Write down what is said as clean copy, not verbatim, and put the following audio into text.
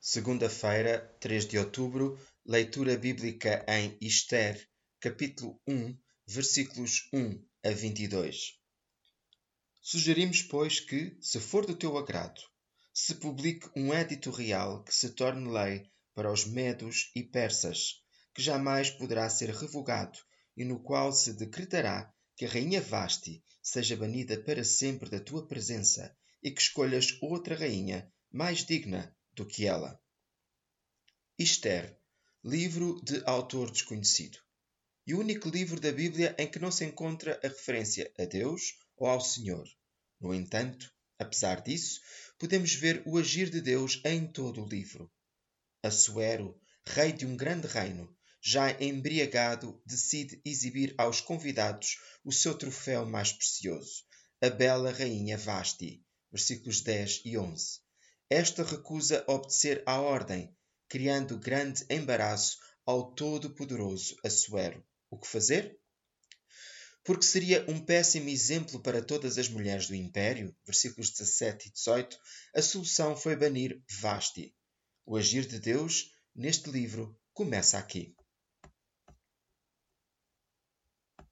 Segunda-feira, 3 de outubro, leitura bíblica em Ester, capítulo 1, versículos 1 a 22. Sugerimos, pois, que, se for do teu agrado, se publique um édito real que se torne lei para os medos e persas, que jamais poderá ser revogado e no qual se decretará que a rainha Vasti seja banida para sempre da tua presença e que escolhas outra rainha mais digna do que ela. Ester, livro de autor desconhecido, e o único livro da Bíblia em que não se encontra a referência a Deus ou ao Senhor. No entanto, apesar disso, podemos ver o agir de Deus em todo o livro. Assuero, rei de um grande reino, já embriagado, decide exibir aos convidados o seu troféu mais precioso, a bela rainha Vasti, versículos 10 e 11. Esta recusa obedecer à ordem, criando grande embaraço ao todo-poderoso Assuero. O que fazer? Porque seria um péssimo exemplo para todas as mulheres do império, versículos 17 e 18, a solução foi banir Vasti. O agir de Deus neste livro começa aqui.